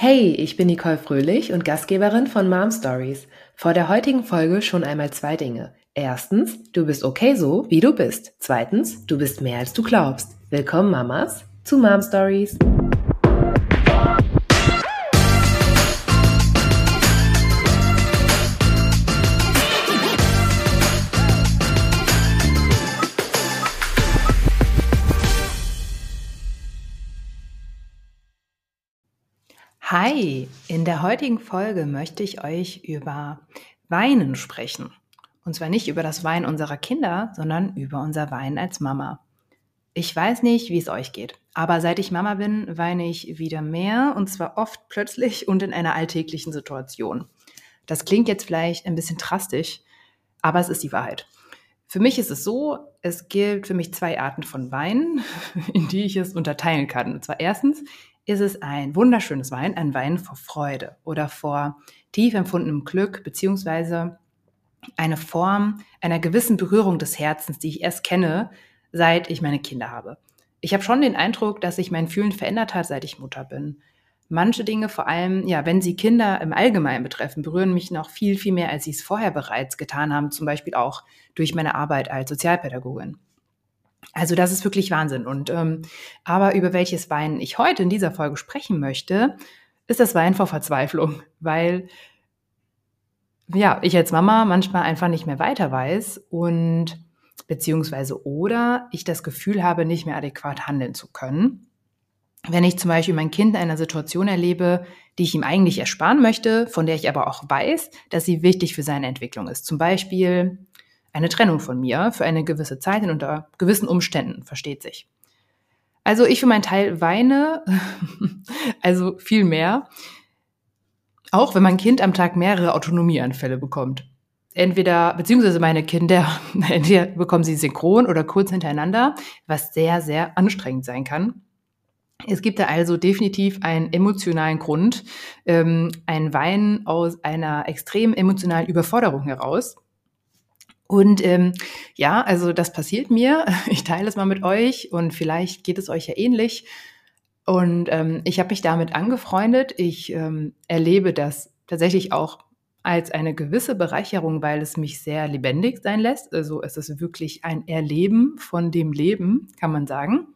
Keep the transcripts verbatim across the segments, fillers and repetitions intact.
Hey, ich bin Nicole Fröhlich und Gastgeberin von Mom Stories. Vor der heutigen Folge schon einmal zwei Dinge. Erstens, du bist okay so, wie du bist. Zweitens, du bist mehr als du glaubst. Willkommen Mamas zu Mom Stories. Hi, in der heutigen Folge möchte ich euch über Weinen sprechen. Und zwar nicht über das Weinen unserer Kinder, sondern über unser Weinen als Mama. Ich weiß nicht, wie es euch geht, aber seit ich Mama bin, weine ich wieder mehr und zwar oft plötzlich und in einer alltäglichen Situation. Das klingt jetzt vielleicht ein bisschen drastisch, aber es ist die Wahrheit. Für mich ist es so, es gibt für mich zwei Arten von Weinen, in die ich es unterteilen kann. Und zwar erstens ist es ein wunderschönes Weinen, ein Weinen vor Freude oder vor tief empfundenem Glück, beziehungsweise eine Form einer gewissen Berührung des Herzens, die ich erst kenne, seit ich meine Kinder habe. Ich habe schon den Eindruck, dass sich mein Fühlen verändert hat, seit ich Mutter bin. Manche Dinge, vor allem, ja, wenn sie Kinder im Allgemeinen betreffen, berühren mich noch viel, viel mehr, als sie es vorher bereits getan haben, zum Beispiel auch durch meine Arbeit als Sozialpädagogin. Also das ist wirklich Wahnsinn. Und ähm, aber über welches Weinen ich heute in dieser Folge sprechen möchte, ist das Weinen vor Verzweiflung, weil ja ich als Mama manchmal einfach nicht mehr weiter weiß und beziehungsweise oder ich das Gefühl habe, nicht mehr adäquat handeln zu können. Wenn ich zum Beispiel mein Kind in einer Situation erlebe, die ich ihm eigentlich ersparen möchte, von der ich aber auch weiß, dass sie wichtig für seine Entwicklung ist. Zum Beispiel eine Trennung von mir für eine gewisse Zeit und unter gewissen Umständen, versteht sich. Also ich für meinen Teil weine, also viel mehr, auch wenn mein Kind am Tag mehrere Autonomieanfälle bekommt. Entweder, beziehungsweise meine Kinder, entweder bekommen sie synchron oder kurz hintereinander, was sehr, sehr anstrengend sein kann. Es gibt da also definitiv einen emotionalen Grund, ähm, ein Weinen aus einer extrem emotionalen Überforderung heraus. Und ähm, ja, also das passiert mir. Ich teile es mal mit euch und vielleicht geht es euch ja ähnlich. Und ähm, ich habe mich damit angefreundet. Ich ähm, erlebe das tatsächlich auch als eine gewisse Bereicherung, weil es mich sehr lebendig sein lässt. Also es ist wirklich ein Erleben von dem Leben, kann man sagen.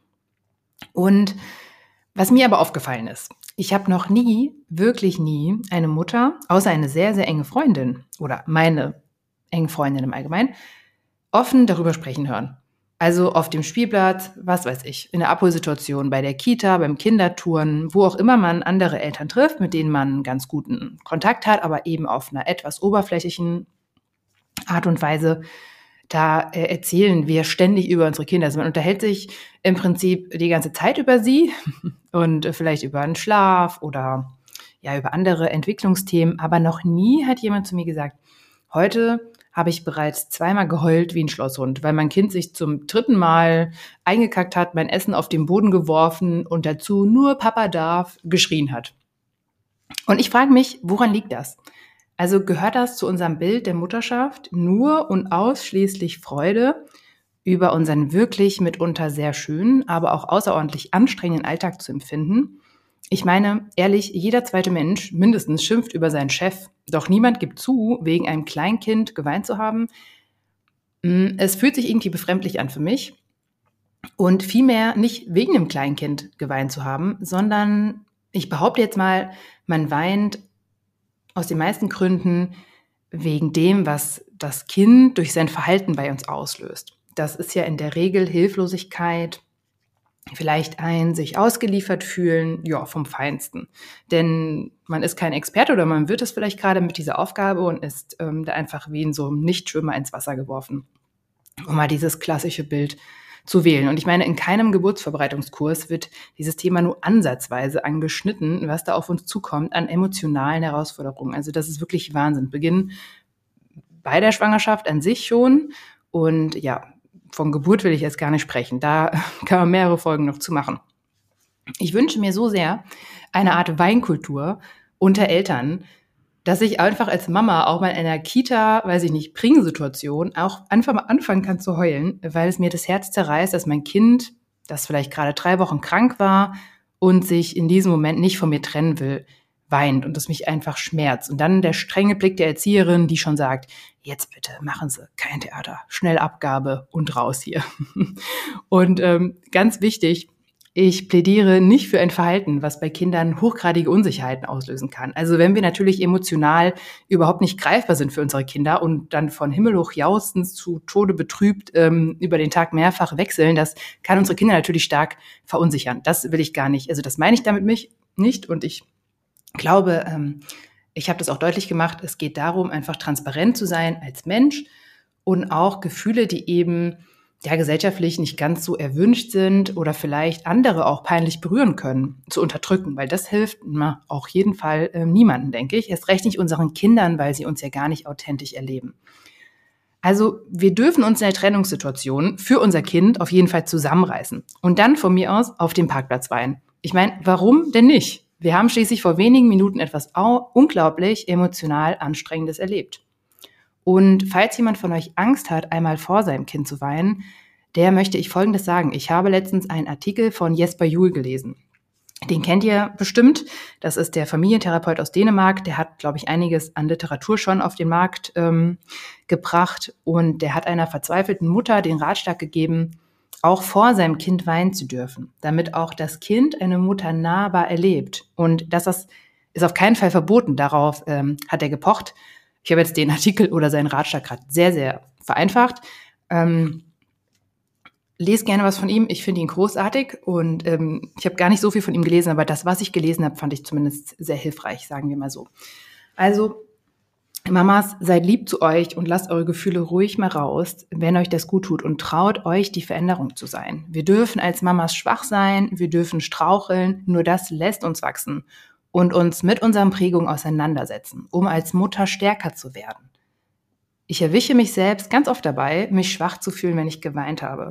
Und was mir aber aufgefallen ist, ich habe noch nie, wirklich nie eine Mutter, außer eine sehr, sehr enge Freundin oder meine engen Freundin im Allgemeinen, offen darüber sprechen hören. Also auf dem Spielplatz, was weiß ich, in der Abholsituation, bei der Kita, beim Kindertouren, wo auch immer man andere Eltern trifft, mit denen man ganz guten Kontakt hat, aber eben auf einer etwas oberflächlichen Art und Weise. Da äh, erzählen wir ständig über unsere Kinder. Also man unterhält sich im Prinzip die ganze Zeit über sie und äh, vielleicht über einen Schlaf oder ja über andere Entwicklungsthemen. Aber noch nie hat jemand zu mir gesagt, heute habe ich bereits zweimal geheult wie ein Schlosshund, weil mein Kind sich zum dritten Mal eingekackt hat, mein Essen auf den Boden geworfen und dazu nur Papa darf geschrien hat. Und ich frage mich, woran liegt das? Also gehört das zu unserem Bild der Mutterschaft, nur und ausschließlich Freude über unseren wirklich mitunter sehr schönen, aber auch außerordentlich anstrengenden Alltag zu empfinden? Ich meine, ehrlich, jeder zweite Mensch mindestens schimpft über seinen Chef, doch niemand gibt zu, wegen einem Kleinkind geweint zu haben. Es fühlt sich irgendwie befremdlich an für mich und vielmehr nicht wegen dem Kleinkind geweint zu haben, sondern ich behaupte jetzt mal, man weint aus den meisten Gründen wegen dem, was das Kind durch sein Verhalten bei uns auslöst. Das ist ja in der Regel Hilflosigkeit, vielleicht ein sich ausgeliefert fühlen, ja, vom Feinsten. Denn man ist kein Experte oder man wird es vielleicht gerade mit dieser Aufgabe und ist ähm, da einfach wie in so einem Nichtschwimmer ins Wasser geworfen, um mal dieses klassische Bild zu wählen. Und ich meine, in keinem Geburtsvorbereitungskurs wird dieses Thema nur ansatzweise angeschnitten, was da auf uns zukommt an emotionalen Herausforderungen. Also das ist wirklich Wahnsinn. Beginn bei der Schwangerschaft an sich schon und ja, von Geburt will ich jetzt gar nicht sprechen. Da kann man mehrere Folgen noch zu machen. Ich wünsche mir so sehr eine Art Weinkultur unter Eltern, dass ich einfach als Mama auch mal in einer Kita, weiß ich nicht, Bring-Situation auch einfach mal anfangen kann zu heulen, weil es mir das Herz zerreißt, dass mein Kind, das vielleicht gerade drei Wochen krank war und sich in diesem Moment nicht von mir trennen will, weint und das mich einfach schmerzt. Und dann der strenge Blick der Erzieherin, die schon sagt, jetzt bitte machen Sie kein Theater, schnell Abgabe und raus hier. Und ähm, ganz wichtig, ich plädiere nicht für ein Verhalten, was bei Kindern hochgradige Unsicherheiten auslösen kann. Also wenn wir natürlich emotional überhaupt nicht greifbar sind für unsere Kinder und dann von himmelhoch jauchzend zu Tode betrübt ähm, über den Tag mehrfach wechseln, das kann unsere Kinder natürlich stark verunsichern. Das will ich gar nicht. Also das meine ich damit mich nicht. Und ich glaube, ähm, ich habe das auch deutlich gemacht, es geht darum, einfach transparent zu sein als Mensch und auch Gefühle, die eben ja gesellschaftlich nicht ganz so erwünscht sind oder vielleicht andere auch peinlich berühren können, zu unterdrücken, weil das hilft na, auch jeden Fall äh, niemandem, denke ich. Erst recht nicht unseren Kindern, weil sie uns ja gar nicht authentisch erleben. Also wir dürfen uns in der Trennungssituation für unser Kind auf jeden Fall zusammenreißen und dann von mir aus auf dem Parkplatz weinen. Ich meine, warum denn nicht? Wir haben schließlich vor wenigen Minuten etwas au- unglaublich emotional Anstrengendes erlebt. Und falls jemand von euch Angst hat, einmal vor seinem Kind zu weinen, der möchte ich Folgendes sagen. Ich habe letztens einen Artikel von Jesper Juul gelesen. Den kennt ihr bestimmt. Das ist der Familientherapeut aus Dänemark. Der hat, glaube ich, einiges an Literatur schon auf den Markt ähm, gebracht. Und der hat einer verzweifelten Mutter den Ratschlag gegeben, auch vor seinem Kind weinen zu dürfen, damit auch das Kind eine Mutter nahbar erlebt. Und das ist, ist auf keinen Fall verboten. Darauf ähm, hat er gepocht. Ich habe jetzt den Artikel oder seinen Ratschlag gerade sehr, sehr vereinfacht. Ähm, lest gerne was von ihm. Ich finde ihn großartig und ähm, ich habe gar nicht so viel von ihm gelesen, aber das, was ich gelesen habe, fand ich zumindest sehr hilfreich, sagen wir mal so. Also, Mamas, seid lieb zu euch und lasst eure Gefühle ruhig mal raus, wenn euch das gut tut und traut euch, die Veränderung zu sein. Wir dürfen als Mamas schwach sein, wir dürfen straucheln, nur das lässt uns wachsen und uns mit unseren Prägungen auseinandersetzen, um als Mutter stärker zu werden. Ich erwische mich selbst ganz oft dabei, mich schwach zu fühlen, wenn ich geweint habe.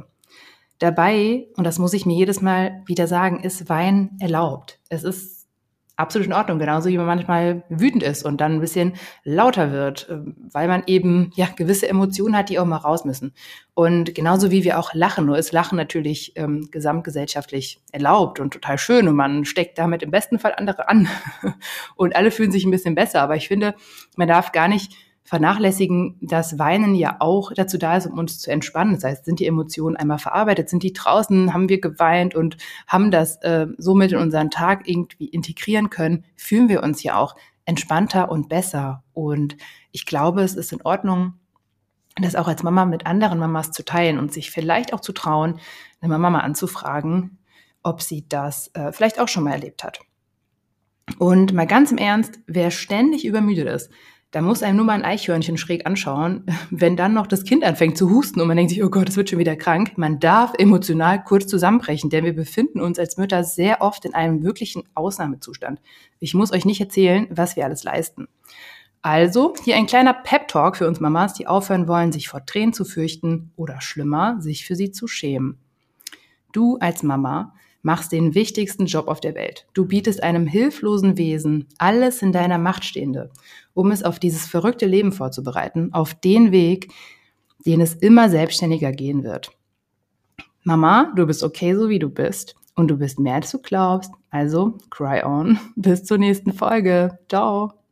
Dabei, und das muss ich mir jedes Mal wieder sagen, ist Weinen erlaubt. Es ist absolut in Ordnung, genauso wie man manchmal wütend ist und dann ein bisschen lauter wird, weil man eben ja gewisse Emotionen hat, die auch mal raus müssen. Und genauso wie wir auch lachen, nur ist Lachen natürlich ähm, gesamtgesellschaftlich erlaubt und total schön und man steckt damit im besten Fall andere an und alle fühlen sich ein bisschen besser. Aber ich finde, man darf gar nicht vernachlässigen, dass Weinen ja auch dazu da ist, um uns zu entspannen. Das heißt, sind die Emotionen einmal verarbeitet, sind die draußen, haben wir geweint und haben das äh, somit in unseren Tag irgendwie integrieren können, fühlen wir uns ja auch entspannter und besser. Und ich glaube, es ist in Ordnung, das auch als Mama mit anderen Mamas zu teilen und sich vielleicht auch zu trauen, eine Mama mal anzufragen, ob sie das äh, vielleicht auch schon mal erlebt hat. Und mal ganz im Ernst, wer ständig übermüdet ist, da muss einem nur mal ein Eichhörnchen schräg anschauen, wenn dann noch das Kind anfängt zu husten und man denkt sich, oh Gott, es wird schon wieder krank. Man darf emotional kurz zusammenbrechen, denn wir befinden uns als Mütter sehr oft in einem wirklichen Ausnahmezustand. Ich muss euch nicht erzählen, was wir alles leisten. Also hier ein kleiner Pep-Talk für uns Mamas, die aufhören wollen, sich vor Tränen zu fürchten oder schlimmer, sich für sie zu schämen. Du als Mama machst den wichtigsten Job auf der Welt. Du bietest einem hilflosen Wesen alles in deiner Macht Stehende, um es auf dieses verrückte Leben vorzubereiten, auf den Weg, den es immer selbstständiger gehen wird. Mama, du bist okay, so wie du bist. Und du bist mehr, als du glaubst. Also, cry on. Bis zur nächsten Folge. Ciao.